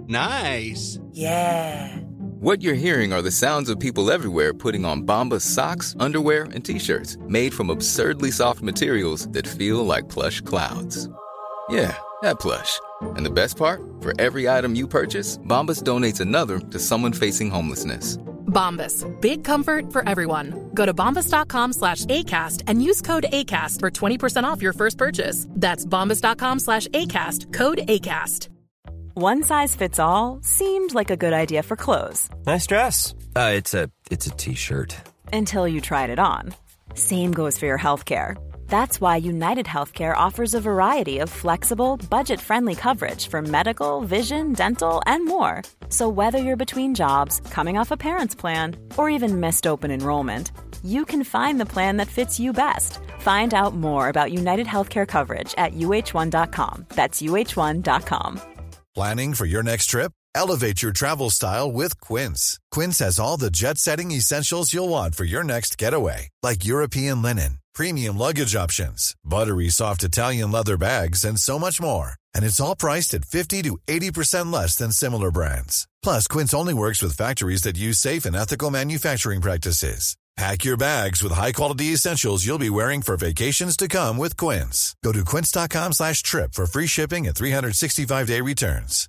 Nice. Yeah. What you're hearing are the sounds of people everywhere putting on Bombas socks, underwear, and T-shirts made from absurdly soft materials that feel like plush clouds. Yeah, that plush. And the best part? For every item you purchase, Bombas donates another to someone facing homelessness. Bombas. Big comfort for everyone. Go to bombas.com/ACAST and use code ACAST for 20% off your first purchase. That's bombas.com/ACAST. Code ACAST. One size fits all seemed like a good idea for clothes. Nice dress. It's a T-shirt. Until you tried it on. Same goes for your healthcare. That's why United Healthcare offers a variety of flexible, budget-friendly coverage for medical, vision, dental, and more. So whether you're between jobs, coming off a parent's plan, or even missed open enrollment, you can find the plan that fits you best. Find out more about United Healthcare coverage at uh1.com. That's uh1.com. Planning for your next trip? Elevate your travel style with Quince. Quince has all the jet-setting essentials you'll want for your next getaway, like European linen, premium luggage options, buttery soft Italian leather bags, and so much more. And it's all priced at 50 to 80% less than similar brands. Plus, Quince only works with factories that use safe and ethical manufacturing practices. Pack your bags with high-quality essentials you'll be wearing for vacations to come with Quince. Go to quince.com/trip for free shipping and 365-day returns.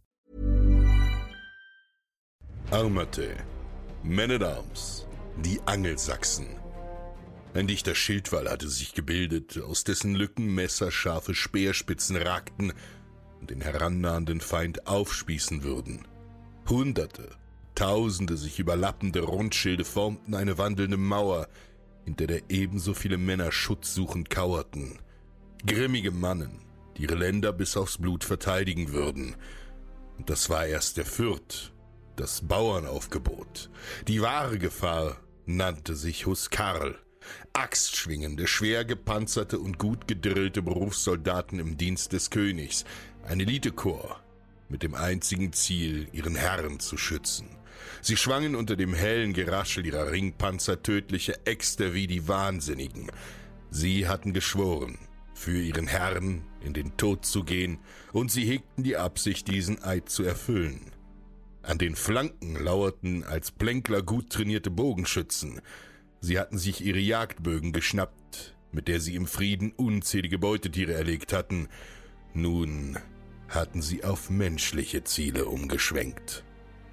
Armate, Men at Arms, die Angelsachsen. Ein dichter Schildwall hatte sich gebildet, aus dessen Lücken messerscharfe Speerspitzen ragten und den herannahenden Feind aufspießen würden. Hunderte, Tausende sich überlappende Rundschilde formten eine wandelnde Mauer, hinter der ebenso viele Männer schutzsuchend kauerten. Grimmige Mannen, die ihre Länder bis aufs Blut verteidigen würden. Und das war erst der Fürth, das Bauernaufgebot. Die wahre Gefahr nannte sich Huskarl. Axtschwingende, schwer gepanzerte und gut gedrillte Berufssoldaten im Dienst des Königs. Ein Elitekorps mit dem einzigen Ziel, ihren Herren zu schützen. Sie schwangen unter dem hellen Geraschel ihrer Ringpanzer tödliche Äxte wie die Wahnsinnigen. Sie hatten geschworen, für ihren Herrn in den Tod zu gehen, und sie hegten die Absicht, diesen Eid zu erfüllen. An den Flanken lauerten als Plänkler gut trainierte Bogenschützen. Sie hatten sich ihre Jagdbögen geschnappt, mit der sie im Frieden unzählige Beutetiere erlegt hatten. Nun hatten sie auf menschliche Ziele umgeschwenkt.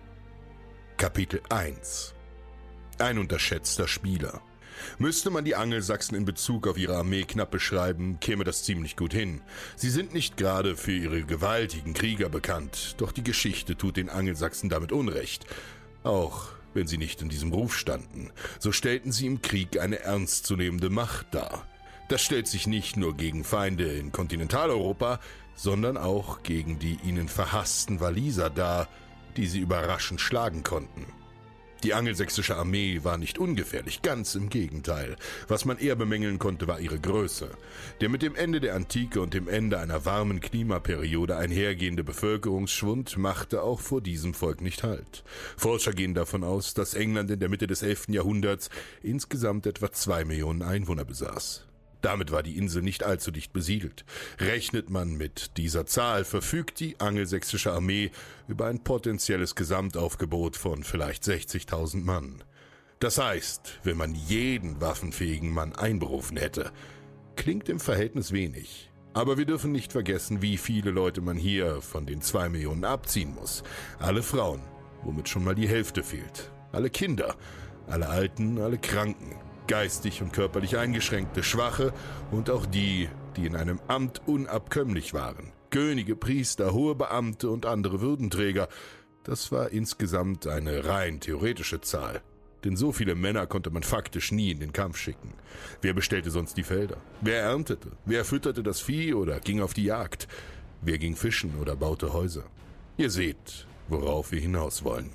Kapitel 1. Ein unterschätzter Spieler. Müsste man die Angelsachsen in Bezug auf ihre Armee knapp beschreiben, käme das ziemlich gut hin. Sie sind nicht gerade für ihre gewaltigen Krieger bekannt, doch die Geschichte tut den Angelsachsen damit Unrecht. Auch wenn sie nicht in diesem Ruf standen, so stellten sie im Krieg eine ernstzunehmende Macht dar. Das stellt sich nicht nur gegen Feinde in Kontinentaleuropa, sondern auch gegen die ihnen verhassten Waliser dar, die sie überraschend schlagen konnten. Die angelsächsische Armee war nicht ungefährlich, ganz im Gegenteil. Was man eher bemängeln konnte, war ihre Größe. Der mit dem Ende der Antike und dem Ende einer warmen Klimaperiode einhergehende Bevölkerungsschwund machte auch vor diesem Volk nicht Halt. Forscher gehen davon aus, dass England in der Mitte des 11. Jahrhunderts insgesamt etwa 2 Millionen Einwohner besaß. Damit war die Insel nicht allzu dicht besiedelt. Rechnet man mit dieser Zahl, verfügt die angelsächsische Armee über ein potenzielles Gesamtaufgebot von vielleicht 60.000 Mann. Das heißt, wenn man jeden waffenfähigen Mann einberufen hätte, klingt im Verhältnis wenig. Aber wir dürfen nicht vergessen, wie viele Leute man hier von den 2 Millionen abziehen muss. Alle Frauen, womit schon mal die Hälfte fehlt. Alle Kinder, alle Alten, alle Kranken. Geistig und körperlich Eingeschränkte, Schwache und auch die, die in einem Amt unabkömmlich waren. Könige, Priester, hohe Beamte und andere Würdenträger. Das war insgesamt eine rein theoretische Zahl. Denn so viele Männer konnte man faktisch nie in den Kampf schicken. Wer bestellte sonst die Felder? Wer erntete? Wer fütterte das Vieh oder ging auf die Jagd? Wer ging fischen oder baute Häuser? Ihr seht, worauf wir hinaus wollen.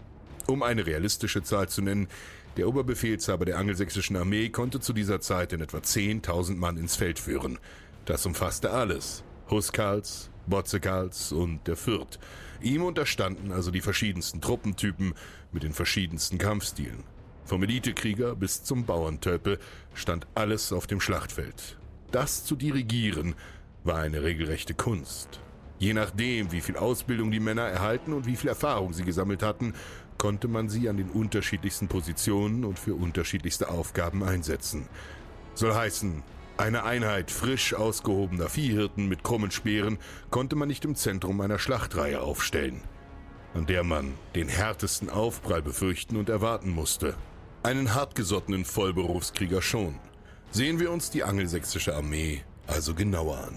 Um eine realistische Zahl zu nennen: Der Oberbefehlshaber der angelsächsischen Armee konnte zu dieser Zeit in etwa 10.000 Mann ins Feld führen. Das umfasste alles: Huskarls, Botzekals und der Fürth. Ihm unterstanden also die verschiedensten Truppentypen mit den verschiedensten Kampfstilen. Vom Elitekrieger bis zum Bauerntölpel stand alles auf dem Schlachtfeld. Das zu dirigieren war eine regelrechte Kunst. Je nachdem, wie viel Ausbildung die Männer erhalten und wie viel Erfahrung sie gesammelt hatten, konnte man sie an den unterschiedlichsten Positionen und für unterschiedlichste Aufgaben einsetzen. Soll heißen, eine Einheit frisch ausgehobener Viehhirten mit krummen Speeren konnte man nicht im Zentrum einer Schlachtreihe aufstellen, an der man den härtesten Aufprall befürchten und erwarten musste. Einen hartgesottenen Vollberufskrieger schon. Sehen wir uns die angelsächsische Armee also genauer an.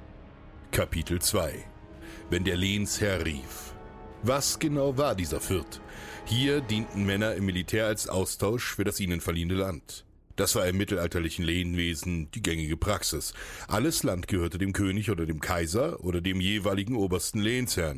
Kapitel 2: Wenn der Lehnsherr rief. Was genau war dieser Virt? Hier dienten Männer im Militär als Austausch für das ihnen verliehene Land. Das war im mittelalterlichen Lehnwesen die gängige Praxis. Alles Land gehörte dem König oder dem Kaiser oder dem jeweiligen obersten Lehnsherrn.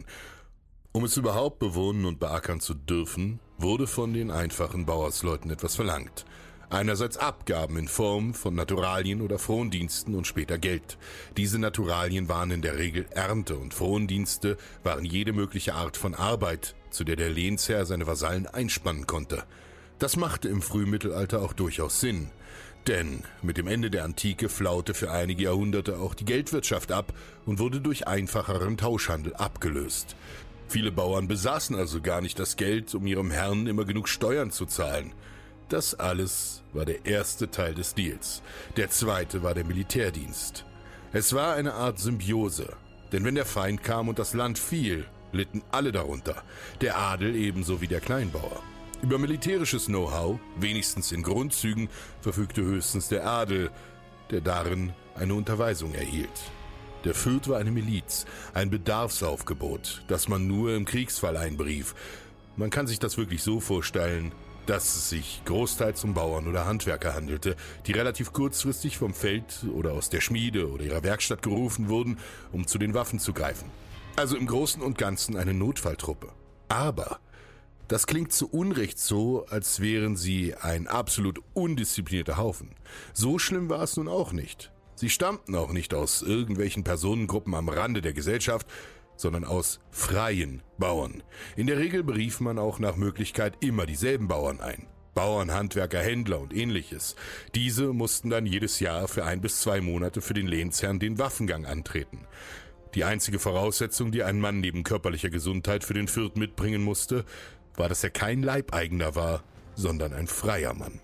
Um es überhaupt bewohnen und beackern zu dürfen, wurde von den einfachen Bauersleuten etwas verlangt. Einerseits Abgaben in Form von Naturalien oder Frondiensten und später Geld. Diese Naturalien waren in der Regel Ernte und Frondienste waren jede mögliche Art von Arbeit, zu der der Lehnsherr seine Vasallen einspannen konnte. Das machte im Frühmittelalter auch durchaus Sinn, denn mit dem Ende der Antike flaute für einige Jahrhunderte auch die Geldwirtschaft ab und wurde durch einfacheren Tauschhandel abgelöst. Viele Bauern besaßen also gar nicht das Geld, um ihrem Herrn immer genug Steuern zu zahlen. Das alles war der erste Teil des Deals. Der zweite war der Militärdienst. Es war eine Art Symbiose, denn wenn der Feind kam und das Land fiel, litten alle darunter, der Adel ebenso wie der Kleinbauer. Über militärisches Know-how, wenigstens in Grundzügen, verfügte höchstens der Adel, der darin eine Unterweisung erhielt. Der Virt war eine Miliz, ein Bedarfsaufgebot, das man nur im Kriegsfall einberief. Man kann sich das wirklich so vorstellen, dass es sich großteils um Bauern oder Handwerker handelte, die relativ kurzfristig vom Feld oder aus der Schmiede oder ihrer Werkstatt gerufen wurden, um zu den Waffen zu greifen. Also im Großen und Ganzen eine Notfalltruppe. Aber das klingt zu Unrecht so, als wären sie ein absolut undisziplinierter Haufen. So schlimm war es nun auch nicht. Sie stammten auch nicht aus irgendwelchen Personengruppen am Rande der Gesellschaft, sondern aus freien Bauern. In der Regel berief man auch nach Möglichkeit immer dieselben Bauern ein. Bauern, Handwerker, Händler und ähnliches. Diese mussten dann jedes Jahr für 1 bis 2 Monate für den Lehnsherrn den Waffengang antreten. Die einzige Voraussetzung, die ein Mann neben körperlicher Gesundheit für den Virt mitbringen musste, war, dass er kein Leibeigener war, sondern ein freier Mann.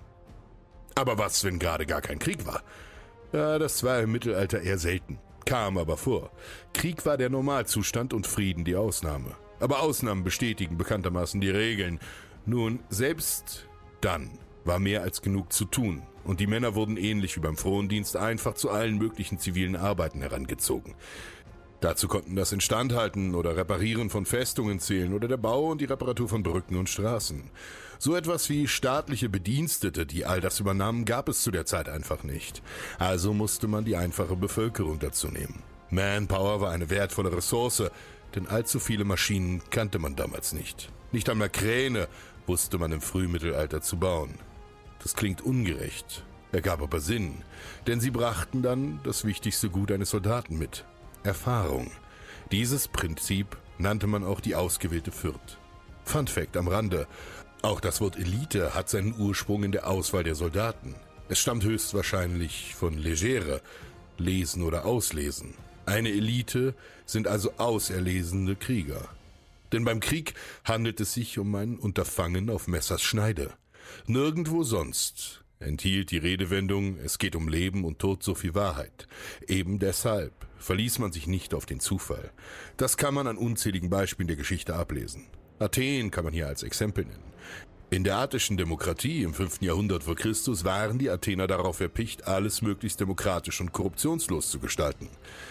Aber was, wenn gerade gar kein Krieg war? Ja, das war im Mittelalter eher selten, kam aber vor. Krieg war der Normalzustand und Frieden die Ausnahme. Aber Ausnahmen bestätigen bekanntermaßen die Regeln. Nun, selbst dann war mehr als genug zu tun und die Männer wurden ähnlich wie beim Frondienst einfach zu allen möglichen zivilen Arbeiten herangezogen. Dazu konnten das Instandhalten oder Reparieren von Festungen zählen oder der Bau und die Reparatur von Brücken und Straßen. So etwas wie staatliche Bedienstete, die all das übernahmen, gab es zu der Zeit einfach nicht. Also musste man die einfache Bevölkerung dazu nehmen. Manpower war eine wertvolle Ressource, denn allzu viele Maschinen kannte man damals nicht. Nicht einmal Kräne wusste man im Frühmittelalter zu bauen. Das klingt ungerecht, ergab aber Sinn, denn sie brachten dann das wichtigste Gut eines Soldaten mit: Erfahrung. Dieses Prinzip nannte man auch die ausgewählte Virt. Fun Fact am Rande: Auch das Wort Elite hat seinen Ursprung in der Auswahl der Soldaten. Es stammt höchstwahrscheinlich von legere, lesen oder auslesen. Eine Elite sind also auserlesene Krieger. Denn beim Krieg handelt es sich um ein Unterfangen auf Messers Schneide. Nirgendwo sonst enthielt die Redewendung, es geht um Leben und Tod, so viel Wahrheit. Eben deshalb verließ man sich nicht auf den Zufall. Das kann man an unzähligen Beispielen der Geschichte ablesen. Athen kann man hier als Exempel nennen. In der attischen Demokratie im 5. Jahrhundert vor Christus waren die Athener darauf erpicht, alles möglichst demokratisch und korruptionslos zu gestalten.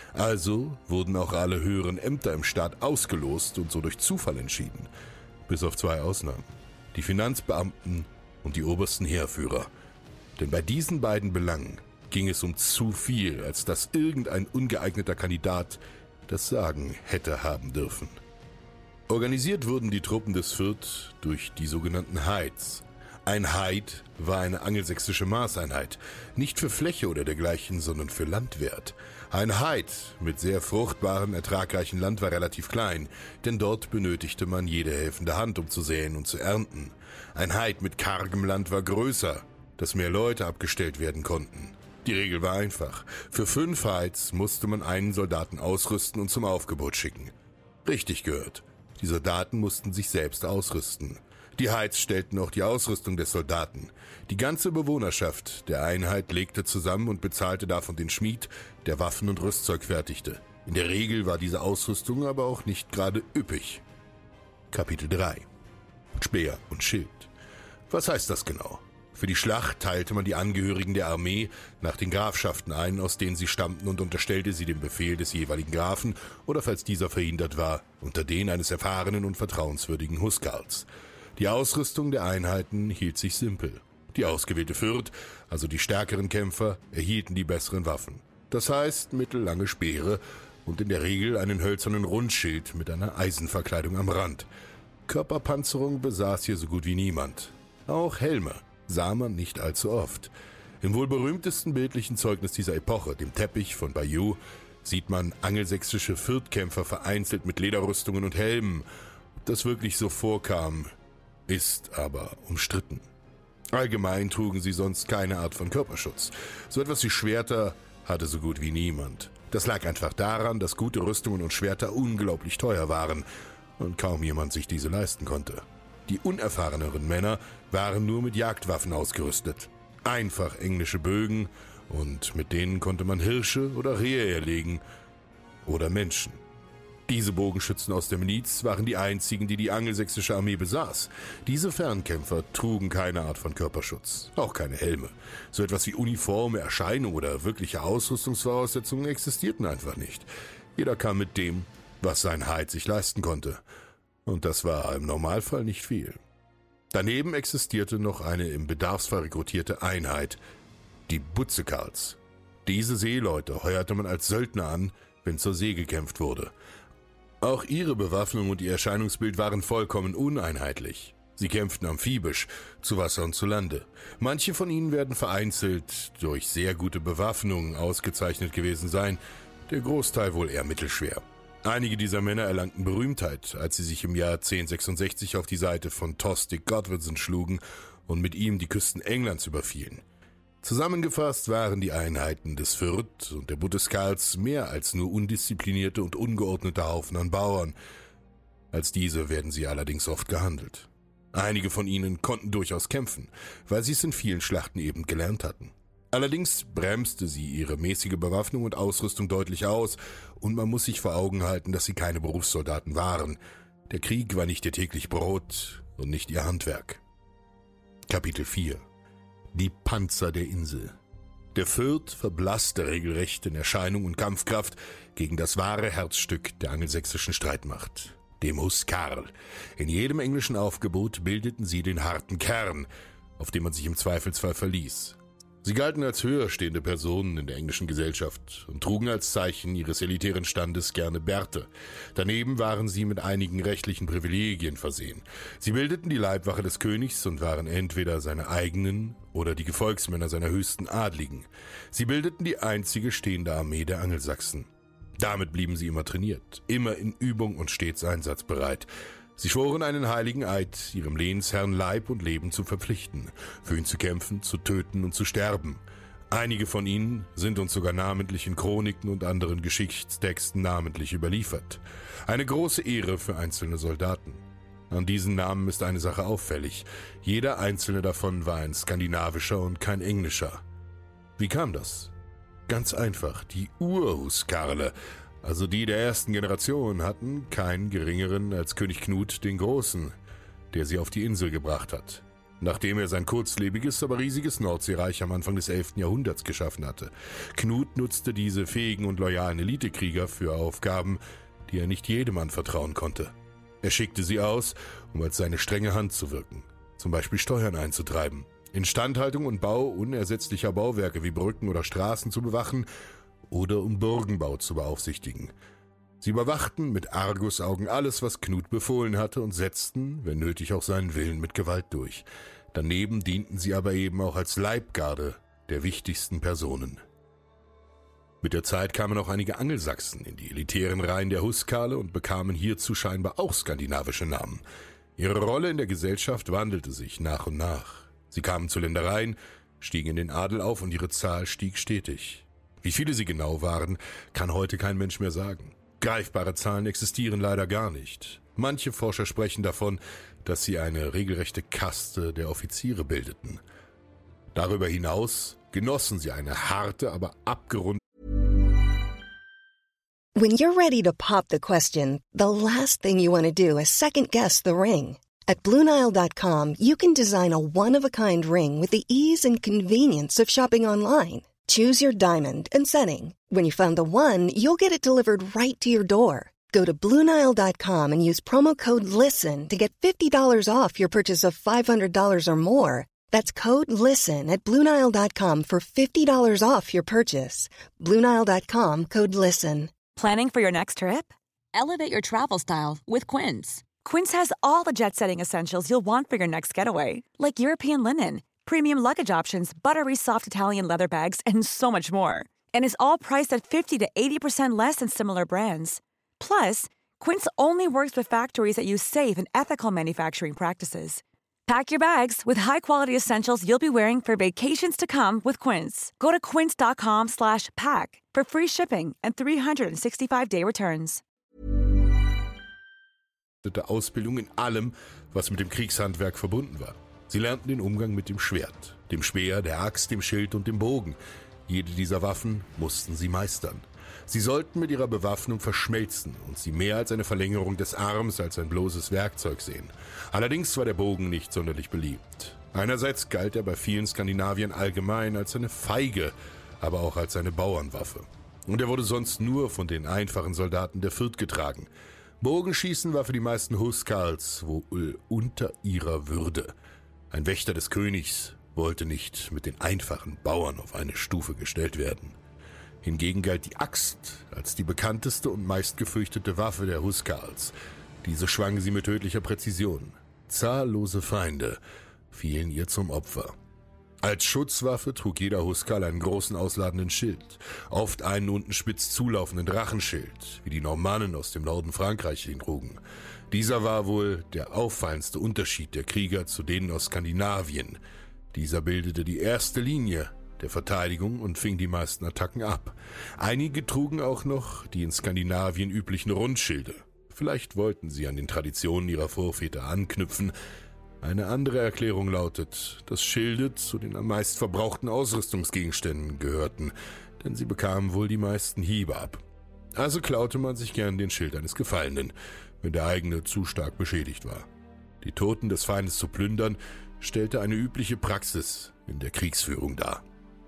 Also wurden auch alle höheren Ämter im Staat ausgelost und so durch Zufall entschieden. Bis auf 2 Ausnahmen: die Finanzbeamten und die obersten Heerführer. Denn bei diesen beiden Belangen ging es um zu viel, als dass irgendein ungeeigneter Kandidat das Sagen hätte haben dürfen. Organisiert wurden die Truppen des Virt durch die sogenannten Heids. Ein Heid war eine angelsächsische Maßeinheit, nicht für Fläche oder dergleichen, sondern für Landwert. Ein Heid mit sehr fruchtbarem, ertragreichen Land war relativ klein, denn dort benötigte man jede helfende Hand, um zu säen und zu ernten. Ein Heid mit kargem Land war größer, dass mehr Leute abgestellt werden konnten. Die Regel war einfach. Für 5 Heids musste man einen Soldaten ausrüsten und zum Aufgebot schicken. Richtig gehört. Die Soldaten mussten sich selbst ausrüsten. Die Heids stellten auch die Ausrüstung des Soldaten. Die ganze Bewohnerschaft der Einheit legte zusammen und bezahlte davon den Schmied, der Waffen und Rüstzeug fertigte. In der Regel war diese Ausrüstung aber auch nicht gerade üppig. Kapitel 3: Speer und Schild. Was heißt das genau? Für die Schlacht teilte man die Angehörigen der Armee nach den Grafschaften ein, aus denen sie stammten, und unterstellte sie dem Befehl des jeweiligen Grafen oder, falls dieser verhindert war, unter den eines erfahrenen und vertrauenswürdigen Huskarls. Die Ausrüstung der Einheiten hielt sich simpel. Die ausgewählte Fürth, also die stärkeren Kämpfer, erhielten die besseren Waffen. Das heißt mittellange Speere und in der Regel einen hölzernen Rundschild mit einer Eisenverkleidung am Rand. Körperpanzerung besaß hier so gut wie niemand. Auch Helme sah man nicht allzu oft. Im wohl berühmtesten bildlichen Zeugnis dieser Epoche, dem Teppich von Bayeux, sieht man angelsächsische Fürth-Kämpfer vereinzelt mit Lederrüstungen und Helmen. Ob das wirklich so vorkam, ist aber umstritten. Allgemein trugen sie sonst keine Art von Körperschutz. So etwas wie Schwerter hatte so gut wie niemand. Das lag einfach daran, dass gute Rüstungen und Schwerter unglaublich teuer waren und kaum jemand sich diese leisten konnte. Die unerfahreneren Männer waren nur mit Jagdwaffen ausgerüstet. Einfach englische Bögen, und mit denen konnte man Hirsche oder Rehe erlegen oder Menschen. Diese Bogenschützen aus der Miliz waren die einzigen, die die angelsächsische Armee besaß. Diese Fernkämpfer trugen keine Art von Körperschutz, auch keine Helme. So etwas wie uniforme Erscheinung oder wirkliche Ausrüstungsvoraussetzungen existierten einfach nicht. Jeder kam mit dem, was sein Heid sich leisten konnte. Und das war im Normalfall nicht viel. Daneben existierte noch eine im Bedarfsfall rekrutierte Einheit, die Butzekals. Diese Seeleute heuerte man als Söldner an, wenn zur See gekämpft wurde. Auch ihre Bewaffnung und ihr Erscheinungsbild waren vollkommen uneinheitlich. Sie kämpften amphibisch, zu Wasser und zu Lande. Manche von ihnen werden vereinzelt durch sehr gute Bewaffnung ausgezeichnet gewesen sein, der Großteil wohl eher mittelschwer. Einige dieser Männer erlangten Berühmtheit, als sie sich im Jahr 1066 auf die Seite von Tostig Godwinson schlugen und mit ihm die Küsten Englands überfielen. Zusammengefasst waren die Einheiten des Fürth und der Butteskals mehr als nur undisziplinierte und ungeordnete Haufen an Bauern. Als diese werden sie allerdings oft gehandelt. Einige von ihnen konnten durchaus kämpfen, weil sie es in vielen Schlachten eben gelernt hatten. Allerdings bremste sie ihre mäßige Bewaffnung und Ausrüstung deutlich aus, und man muss sich vor Augen halten, dass sie keine Berufssoldaten waren. Der Krieg war nicht ihr täglich Brot und nicht ihr Handwerk. Kapitel 4: Die Panzer der Insel. Der Fürth verblasste regelrecht in Erscheinung und Kampfkraft gegen das wahre Herzstück der angelsächsischen Streitmacht, dem Huskarl. In jedem englischen Aufgebot bildeten sie den harten Kern, auf den man sich im Zweifelsfall verließ. Sie galten als höher stehende Personen in der englischen Gesellschaft und trugen als Zeichen ihres elitären Standes gerne Bärte. Daneben waren sie mit einigen rechtlichen Privilegien versehen. Sie bildeten die Leibwache des Königs und waren entweder seine eigenen oder die Gefolgsmänner seiner höchsten Adligen. Sie bildeten die einzige stehende Armee der Angelsachsen. Damit blieben sie immer trainiert, immer in Übung und stets einsatzbereit. Sie schworen einen heiligen Eid, ihrem Lehnsherrn Leib und Leben zu verpflichten, für ihn zu kämpfen, zu töten und zu sterben. Einige von ihnen sind uns sogar namentlich in Chroniken und anderen Geschichtstexten namentlich überliefert. Eine große Ehre für einzelne Soldaten. An diesen Namen ist eine Sache auffällig. Jeder einzelne davon war ein skandinavischer und kein englischer. Wie kam das? Ganz einfach, die Urhuskarle, also die der ersten Generation, hatten keinen geringeren als König Knut den Großen, der sie auf die Insel gebracht hat, nachdem er sein kurzlebiges, aber riesiges Nordseereich am Anfang des 11. Jahrhunderts geschaffen hatte. Knut nutzte diese fähigen und loyalen Elitekrieger für Aufgaben, die er nicht jedem anvertrauen konnte. Er schickte sie aus, um als seine strenge Hand zu wirken, zum Beispiel Steuern einzutreiben, Instandhaltung und Bau unersetzlicher Bauwerke wie Brücken oder Straßen zu bewachen oder um Burgenbau zu beaufsichtigen. Sie überwachten mit Argusaugen alles, was Knut befohlen hatte, und setzten, wenn nötig, auch seinen Willen mit Gewalt durch. Daneben dienten sie aber eben auch als Leibgarde der wichtigsten Personen. Mit der Zeit kamen auch einige Angelsachsen in die elitären Reihen der Huskarle und bekamen hierzu scheinbar auch skandinavische Namen. Ihre Rolle in der Gesellschaft wandelte sich nach und nach. Sie kamen zu Ländereien, stiegen in den Adel auf und ihre Zahl stieg stetig. Wie viele sie genau waren, kann heute kein Mensch mehr sagen. Greifbare Zahlen existieren leider gar nicht. Manche Forscher sprechen davon, dass sie eine regelrechte Kaste der Offiziere bildeten. Darüber hinaus genossen sie eine harte, aber abgerundete. When you're ready to pop the question, the last thing you want to do is second-guess the ring. At BlueNile.com, you can design a one-of-a-kind ring with the ease and convenience of shopping online. Choose your diamond and setting. When you find the one, you'll get it delivered right to your door. Go to BlueNile.com and use promo code LISTEN to get $50 off your purchase of $500 or more. That's code LISTEN at BlueNile.com for $50 off your purchase. BlueNile.com, code LISTEN. Planning for your next trip? Elevate your travel style with Quince. Quince has all the jet-setting essentials you'll want for your next getaway, like European linen, premium luggage options, buttery soft Italian leather bags, and so much more. And is all priced at 50 to 80% less than similar brands. Plus, Quince only works with factories that use safe and ethical manufacturing practices. Pack your bags with high-quality essentials you'll be wearing for vacations to come with Quince. Go to quince.com/pack for free shipping and 365-day returns. Ausbildung in allem, was mit dem Kriegshandwerk verbunden war. Sie lernten den Umgang mit dem Schwert, dem Speer, der Axt, dem Schild und dem Bogen. Jede dieser Waffen mussten sie meistern. Sie sollten mit ihrer Bewaffnung verschmelzen und sie mehr als eine Verlängerung des Arms als ein bloßes Werkzeug sehen. Allerdings war der Bogen nicht sonderlich beliebt. Einerseits galt er bei vielen Skandinaviern allgemein als eine Feige, aber auch als eine Bauernwaffe. Und er wurde sonst nur von den einfachen Soldaten der Fürth getragen. Bogenschießen war für die meisten Huskarls wohl unter ihrer Würde. Ein Wächter des Königs wollte nicht mit den einfachen Bauern auf eine Stufe gestellt werden. Hingegen galt die Axt als die bekannteste und meistgefürchtete Waffe der Huskarls. Diese schwang sie mit tödlicher Präzision. Zahllose Feinde fielen ihr zum Opfer. Als Schutzwaffe trug jeder Huskarl einen großen ausladenden Schild, oft einen unten spitz zulaufenden Drachenschild, wie die Normannen aus dem Norden Frankreichs ihn trugen. Dieser war wohl der auffallendste Unterschied der Krieger zu denen aus Skandinavien. Dieser bildete die erste Linie der Verteidigung und fing die meisten Attacken ab. Einige trugen auch noch die in Skandinavien üblichen Rundschilde. Vielleicht wollten sie an den Traditionen ihrer Vorväter anknüpfen. Eine andere Erklärung lautet, dass Schilde zu den am meist verbrauchten Ausrüstungsgegenständen gehörten, denn sie bekamen wohl die meisten Hiebe ab. Also klaute man sich gern den Schild eines Gefallenen, wenn der eigene zu stark beschädigt war. Die Toten des Feindes zu plündern, stellte eine übliche Praxis in der Kriegsführung dar.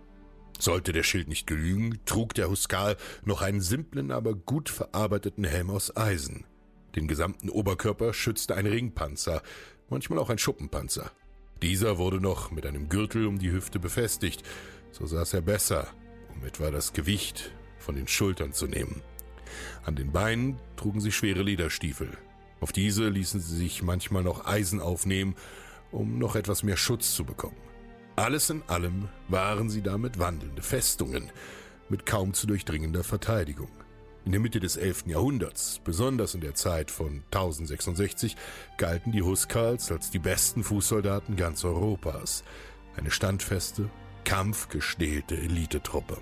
Sollte der Schild nicht genügen, trug der Huskar noch einen simplen, aber gut verarbeiteten Helm aus Eisen. Den gesamten Oberkörper schützte ein Ringpanzer, manchmal auch ein Schuppenpanzer. Dieser wurde noch mit einem Gürtel um die Hüfte befestigt, so saß er besser, um etwa das Gewicht von den Schultern zu nehmen. An den Beinen trugen sie schwere Lederstiefel. Auf diese ließen sie sich manchmal noch Eisen aufnehmen, um noch etwas mehr Schutz zu bekommen. Alles in allem waren sie damit wandelnde Festungen mit kaum zu durchdringender Verteidigung. In der Mitte des 11. Jahrhunderts, besonders in der Zeit von 1066, galten die Huskarls als die besten Fußsoldaten ganz Europas. Eine standfeste, kampfgestählte Elitetruppe.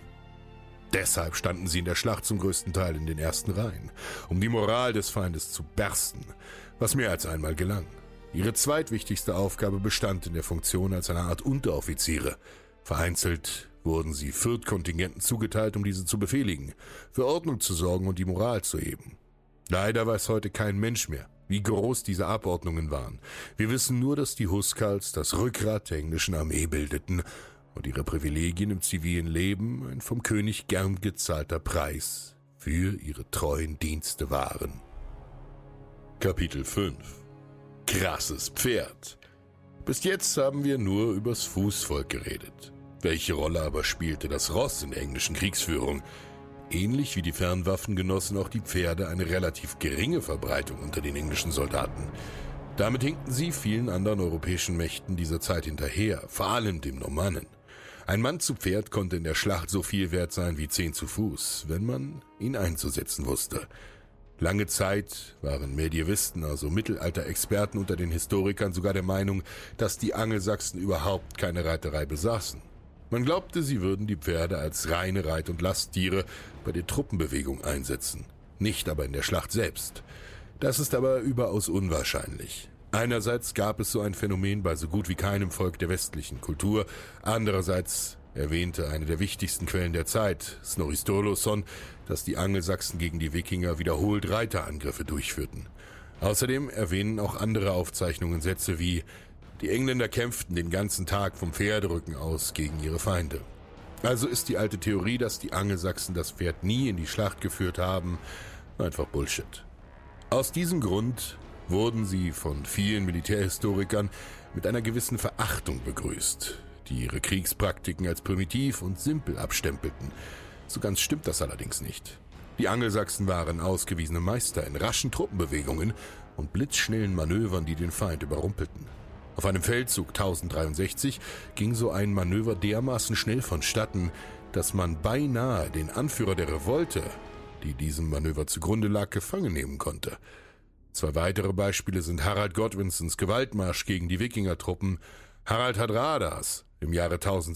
Deshalb standen sie in der Schlacht zum größten Teil in den ersten Reihen, um die Moral des Feindes zu bersten, was mehr als einmal gelang. Ihre zweitwichtigste Aufgabe bestand in der Funktion als eine Art Unteroffiziere. Vereinzelt wurden sie Fürth-Kontingenten zugeteilt, um diese zu befehligen, für Ordnung zu sorgen und die Moral zu heben. Leider weiß heute kein Mensch mehr, wie groß diese Abordnungen waren. Wir wissen nur, dass die Huskarls das Rückgrat der englischen Armee bildeten und ihre Privilegien im zivilen Leben ein vom König gern gezahlter Preis für ihre treuen Dienste waren. Kapitel 5 Krasses Pferd. Bis jetzt haben wir nur übers Fußvolk geredet. Welche Rolle aber spielte das Ross in der englischen Kriegsführung? Ähnlich wie die Fernwaffen genossen auch die Pferde eine relativ geringe Verbreitung unter den englischen Soldaten. Damit hinkten sie vielen anderen europäischen Mächten dieser Zeit hinterher, vor allem dem Normannen. Ein Mann zu Pferd konnte in der Schlacht so viel wert sein wie 10 zu Fuß, wenn man ihn einzusetzen wusste. Lange Zeit waren Medievisten, also Mittelalter-Experten unter den Historikern, sogar der Meinung, dass die Angelsachsen überhaupt keine Reiterei besaßen. Man glaubte, sie würden die Pferde als reine Reit- und Lasttiere bei der Truppenbewegung einsetzen, nicht aber in der Schlacht selbst. Das ist aber überaus unwahrscheinlich. Einerseits gab es so ein Phänomen bei so gut wie keinem Volk der westlichen Kultur, andererseits erwähnte eine der wichtigsten Quellen der Zeit, Snorri Sturluson, dass die Angelsachsen gegen die Wikinger wiederholt Reiterangriffe durchführten. Außerdem erwähnen auch andere Aufzeichnungen Sätze wie: Die Engländer kämpften den ganzen Tag vom Pferderücken aus gegen ihre Feinde. Also ist die alte Theorie, dass die Angelsachsen das Pferd nie in die Schlacht geführt haben, einfach Bullshit. Aus diesem Grund wurden sie von vielen Militärhistorikern mit einer gewissen Verachtung begrüßt, die ihre Kriegspraktiken als primitiv und simpel abstempelten. So ganz stimmt das allerdings nicht. Die Angelsachsen waren ausgewiesene Meister in raschen Truppenbewegungen und blitzschnellen Manövern, die den Feind überrumpelten. Auf einem Feldzug 1063 ging so ein Manöver dermaßen schnell vonstatten, dass man beinahe den Anführer der Revolte, die diesem Manöver zugrunde lag, gefangen nehmen konnte. 2 weitere Beispiele sind Harald Godwinsons Gewaltmarsch gegen die Wikingertruppen, Harald Hardradas im Jahre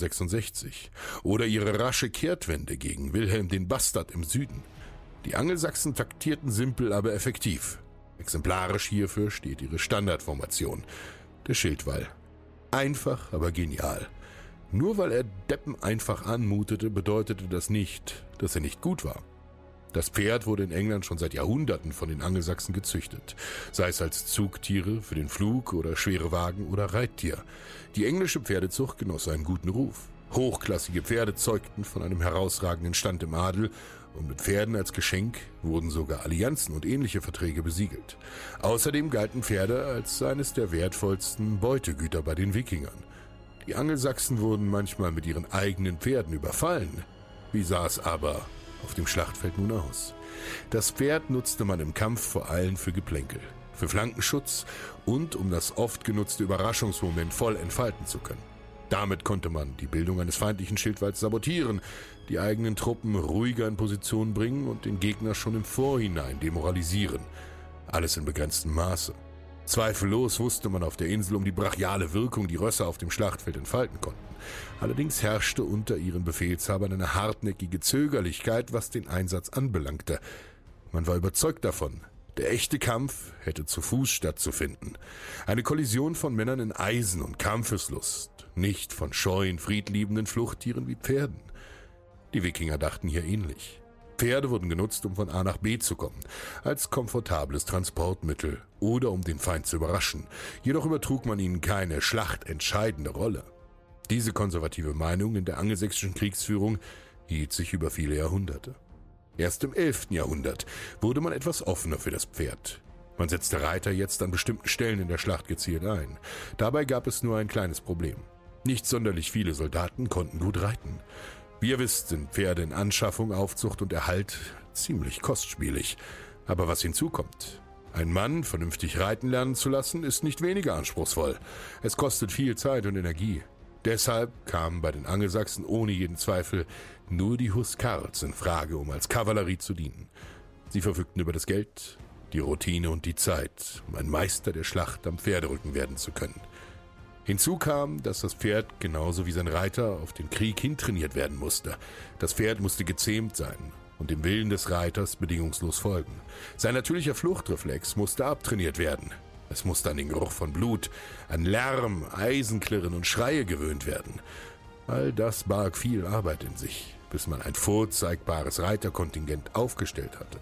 1066 oder ihre rasche Kehrtwende gegen Wilhelm den Bastard im Süden. Die Angelsachsen taktierten simpel, aber effektiv. Exemplarisch hierfür steht ihre Standardformation, der Schildwall. Einfach, aber genial. Nur weil er Deppen einfach anmutete, bedeutete das nicht, dass er nicht gut war. Das Pferd wurde in England schon seit Jahrhunderten von den Angelsachsen gezüchtet, sei es als Zugtiere für den Flug oder schwere Wagen oder Reittier. Die englische Pferdezucht genoss einen guten Ruf. Hochklassige Pferde zeugten von einem herausragenden Stand im Adel und mit Pferden als Geschenk wurden sogar Allianzen und ähnliche Verträge besiegelt. Außerdem galten Pferde als eines der wertvollsten Beutegüter bei den Wikingern. Die Angelsachsen wurden manchmal mit ihren eigenen Pferden überfallen. Wie sah es aber auf dem Schlachtfeld nun aus? Das Pferd nutzte man im Kampf vor allem für Geplänkel, für Flankenschutz und um das oft genutzte Überraschungsmoment voll entfalten zu können. Damit konnte man die Bildung eines feindlichen Schildwalls sabotieren, die eigenen Truppen ruhiger in Position bringen und den Gegner schon im Vorhinein demoralisieren. Alles in begrenztem Maße. Zweifellos wusste man auf der Insel um die brachiale Wirkung, die Rösser auf dem Schlachtfeld entfalten konnten. Allerdings herrschte unter ihren Befehlshabern eine hartnäckige Zögerlichkeit, was den Einsatz anbelangte. Man war überzeugt davon, der echte Kampf hätte zu Fuß stattzufinden. Eine Kollision von Männern in Eisen und Kampfeslust, nicht von scheuen, friedliebenden Fluchttieren wie Pferden. Die Wikinger dachten hier ähnlich. Pferde wurden genutzt, um von A nach B zu kommen, als komfortables Transportmittel oder um den Feind zu überraschen. Jedoch übertrug man ihnen keine schlachtentscheidende Rolle. Diese konservative Meinung in der angelsächsischen Kriegsführung hielt sich über viele Jahrhunderte. Erst im 11. Jahrhundert wurde man etwas offener für das Pferd. Man setzte Reiter jetzt an bestimmten Stellen in der Schlacht gezielt ein. Dabei gab es nur ein kleines Problem. Nicht sonderlich viele Soldaten konnten gut reiten. Wie ihr wisst, sind Pferde in Anschaffung, Aufzucht und Erhalt ziemlich kostspielig. Aber was hinzukommt: Ein Mann vernünftig reiten lernen zu lassen, ist nicht weniger anspruchsvoll. Es kostet viel Zeit und Energie. Deshalb kamen bei den Angelsachsen ohne jeden Zweifel nur die Huskarls in Frage, um als Kavallerie zu dienen. Sie verfügten über das Geld, die Routine und die Zeit, um ein Meister der Schlacht am Pferderücken werden zu können. Hinzu kam, dass das Pferd genauso wie sein Reiter auf den Krieg hintrainiert werden musste. Das Pferd musste gezähmt sein und dem Willen des Reiters bedingungslos folgen. Sein natürlicher Fluchtreflex musste abtrainiert werden. Es musste an den Geruch von Blut, an Lärm, Eisenklirren und Schreie gewöhnt werden. All das barg viel Arbeit in sich, bis man ein vorzeigbares Reiterkontingent aufgestellt hatte.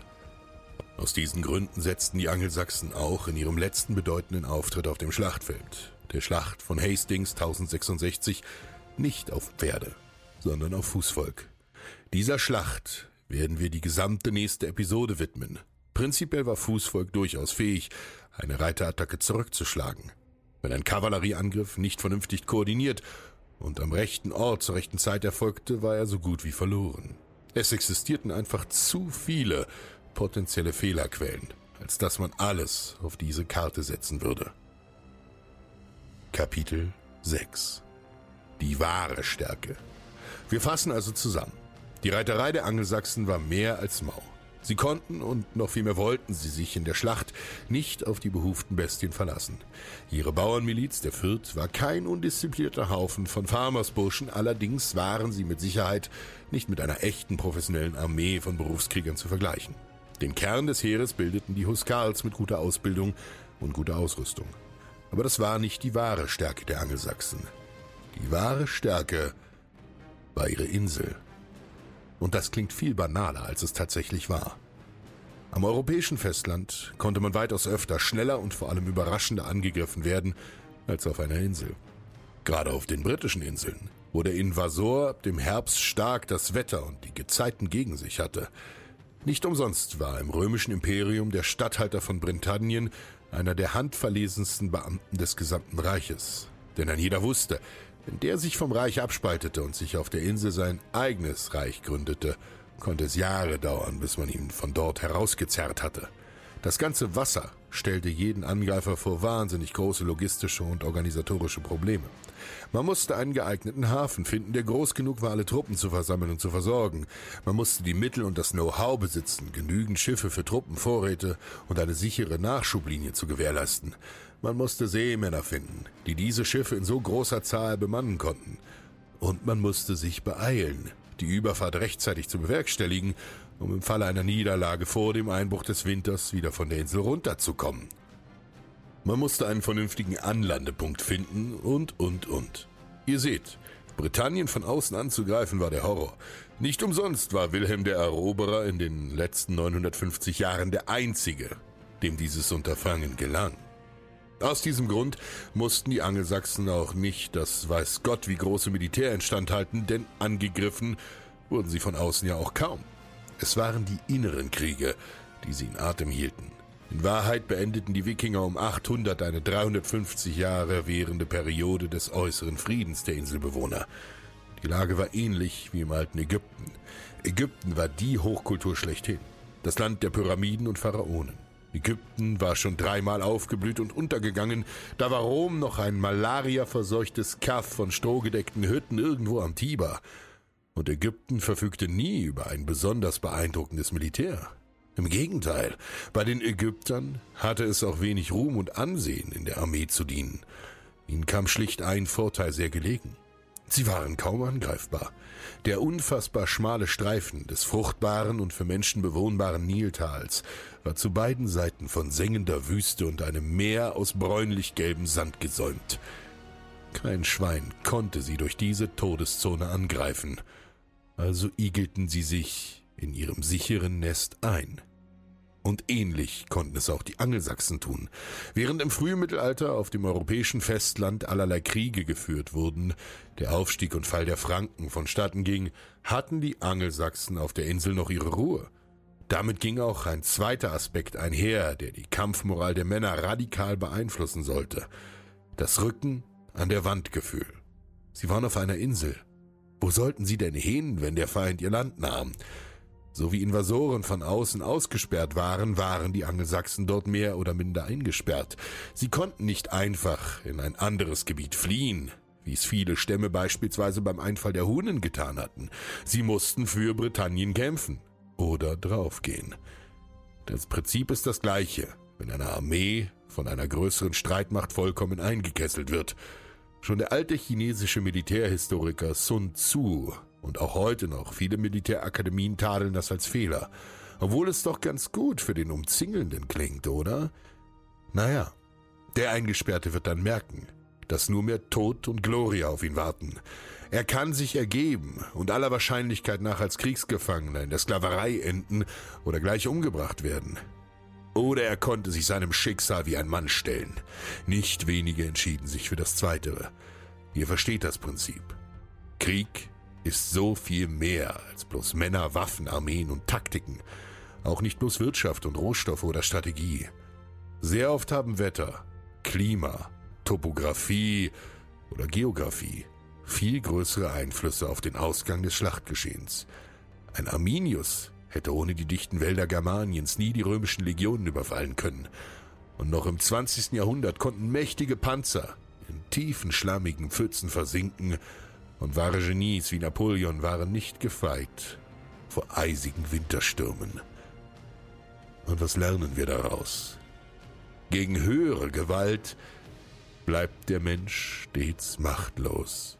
Aus diesen Gründen setzten die Angelsachsen auch in ihrem letzten bedeutenden Auftritt auf dem Schlachtfeld, der Schlacht von Hastings 1066, nicht auf Pferde, sondern auf Fußvolk. Dieser Schlacht werden wir die gesamte nächste Episode widmen. Prinzipiell war Fußvolk durchaus fähig, eine Reiterattacke zurückzuschlagen. Wenn ein Kavallerieangriff nicht vernünftig koordiniert und am rechten Ort zur rechten Zeit erfolgte, war er so gut wie verloren. Es existierten einfach zu viele potenzielle Fehlerquellen, als dass man alles auf diese Karte setzen würde. Kapitel 6: Die wahre Stärke. Wir fassen also zusammen. Die Reiterei der Angelsachsen war mehr als mau. Sie konnten und noch viel mehr wollten sie sich in der Schlacht nicht auf die behuften Bestien verlassen. Ihre Bauernmiliz, der Fürth, war kein undisziplinierter Haufen von Farmersburschen, allerdings waren sie mit Sicherheit nicht mit einer echten professionellen Armee von Berufskriegern zu vergleichen. Den Kern des Heeres bildeten die Huskarls mit guter Ausbildung und guter Ausrüstung. Aber das war nicht die wahre Stärke der Angelsachsen. Die wahre Stärke war ihre Insel. Und das klingt viel banaler, als es tatsächlich war. Am europäischen Festland konnte man weitaus öfter, schneller und vor allem überraschender angegriffen werden, als auf einer Insel. Gerade auf den britischen Inseln, wo der Invasor ab dem Herbst stark das Wetter und die Gezeiten gegen sich hatte. Nicht umsonst war im römischen Imperium der Statthalter von Britannien einer der handverlesensten Beamten des gesamten Reiches. Denn ein jeder wusste, wenn der sich vom Reich abspaltete und sich auf der Insel sein eigenes Reich gründete, konnte es Jahre dauern, bis man ihn von dort herausgezerrt hatte. Das ganze Wasser stellte jeden Angreifer vor wahnsinnig große logistische und organisatorische Probleme. Man musste einen geeigneten Hafen finden, der groß genug war, alle Truppen zu versammeln und zu versorgen. Man musste die Mittel und das Know-how besitzen, genügend Schiffe für Truppen, Vorräte und eine sichere Nachschublinie zu gewährleisten. Man musste Seemänner finden, die diese Schiffe in so großer Zahl bemannen konnten. Und man musste sich beeilen, die Überfahrt rechtzeitig zu bewerkstelligen, um im Falle einer Niederlage vor dem Einbruch des Winters wieder von der Insel runterzukommen. Man musste einen vernünftigen Anlandepunkt finden und. Ihr seht, Britannien von außen anzugreifen war der Horror. Nicht umsonst war Wilhelm der Eroberer in den letzten 950 Jahren der Einzige, dem dieses Unterfangen gelang. Aus diesem Grund mussten die Angelsachsen auch nicht das weiß Gott wie große Militär instand halten, denn angegriffen wurden sie von außen ja auch kaum. Es waren die inneren Kriege, die sie in Atem hielten. In Wahrheit beendeten die Wikinger um 800 eine 350 Jahre währende Periode des äußeren Friedens der Inselbewohner. Die Lage war ähnlich wie im alten Ägypten. Ägypten war die Hochkultur schlechthin, das Land der Pyramiden und Pharaonen. Ägypten war schon 3-mal aufgeblüht und untergegangen, da war Rom noch ein malariaverseuchtes Kaff von strohgedeckten Hütten irgendwo am Tiber. Und Ägypten verfügte nie über ein besonders beeindruckendes Militär. Im Gegenteil, bei den Ägyptern hatte es auch wenig Ruhm und Ansehen, in der Armee zu dienen. Ihnen kam schlicht ein Vorteil sehr gelegen. Sie waren kaum angreifbar. Der unfassbar schmale Streifen des fruchtbaren und für Menschen bewohnbaren Niltals war zu beiden Seiten von sengender Wüste und einem Meer aus bräunlich-gelbem Sand gesäumt. Kein Schwein konnte sie durch diese Todeszone angreifen, also igelten sie sich in ihrem sicheren Nest ein. Und ähnlich konnten es auch die Angelsachsen tun. Während im frühen Mittelalter auf dem europäischen Festland allerlei Kriege geführt wurden, der Aufstieg und Fall der Franken vonstatten ging, hatten die Angelsachsen auf der Insel noch ihre Ruhe. Damit ging auch ein zweiter Aspekt einher, der die Kampfmoral der Männer radikal beeinflussen sollte. Das Rücken an der Wand-Gefühl. Sie waren auf einer Insel. Wo sollten sie denn hin, wenn der Feind ihr Land nahm? So wie Invasoren von außen ausgesperrt waren, waren die Angelsachsen dort mehr oder minder eingesperrt. Sie konnten nicht einfach in ein anderes Gebiet fliehen, wie es viele Stämme beispielsweise beim Einfall der Hunnen getan hatten. Sie mussten für Britannien kämpfen oder draufgehen. Das Prinzip ist das gleiche, wenn eine Armee von einer größeren Streitmacht vollkommen eingekesselt wird. Schon der alte chinesische Militärhistoriker Sun Tzu und auch heute noch viele Militärakademien tadeln das als Fehler, obwohl es doch ganz gut für den Umzingelnden klingt, oder? Naja, der Eingesperrte wird dann merken, dass nur mehr Tod und Gloria auf ihn warten. Er kann sich ergeben und aller Wahrscheinlichkeit nach als Kriegsgefangener in der Sklaverei enden oder gleich umgebracht werden. Oder er konnte sich seinem Schicksal wie ein Mann stellen. Nicht wenige entschieden sich für das Zweite. Ihr versteht das Prinzip. Krieg ist so viel mehr als bloß Männer, Waffen, Armeen und Taktiken. Auch nicht bloß Wirtschaft und Rohstoffe oder Strategie. Sehr oft haben Wetter, Klima, Topographie oder Geografie viel größere Einflüsse auf den Ausgang des Schlachtgeschehens. Ein Arminius hätte ohne die dichten Wälder Germaniens nie die römischen Legionen überfallen können. Und noch im 20. Jahrhundert konnten mächtige Panzer in tiefen, schlammigen Pfützen versinken und wahre Genies wie Napoleon waren nicht gefeit vor eisigen Winterstürmen. Und was lernen wir daraus? Gegen höhere Gewalt bleibt der Mensch stets machtlos.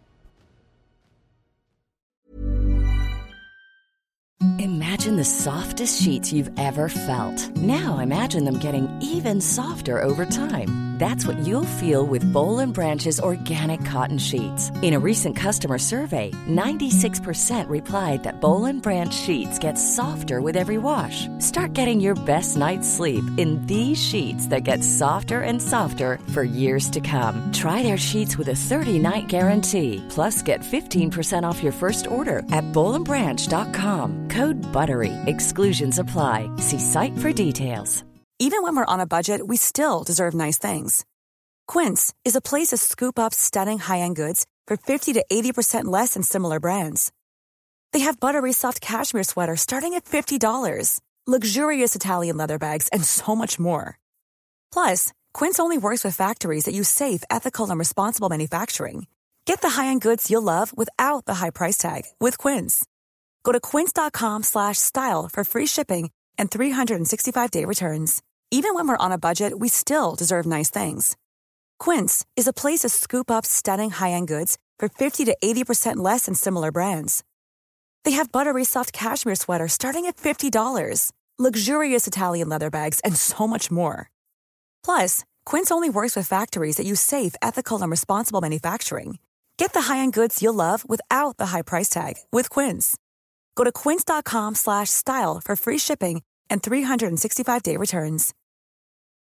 Imagine the softest sheets you've ever felt. Now imagine them getting even softer over time. That's what you'll feel with Boll & Branch's organic cotton sheets. In a recent customer survey, 96% replied that Boll & Branch sheets get softer with every wash. Start getting your best night's sleep in these sheets that get softer and softer for years to come. Try their sheets with a 30-night guarantee. Plus, get 15% off your first order at bollandbranch.com. Code BUTTERY. Exclusions apply. See site for details. Even when we're on a budget, we still deserve nice things. Quince is a place to scoop up stunning high-end goods for 50 to 80% less than similar brands. They have buttery soft cashmere sweaters starting at $50, luxurious Italian leather bags, and so much more. Plus, Quince only works with factories that use safe, ethical, and responsible manufacturing. Get the high-end goods you'll love without the high price tag with Quince. Go to quince.com/style for free shipping and 365-day returns. Even when we're on a budget, we still deserve nice things. Quince is a place to scoop up stunning high-end goods for 50 to 80% less than similar brands. They have buttery soft cashmere sweaters starting at $50, luxurious Italian leather bags, and so much more. Plus, Quince only works with factories that use safe, ethical, and responsible manufacturing. Get the high-end goods you'll love without the high price tag with Quince. Go to quince.com/style for free shipping and 365-day returns.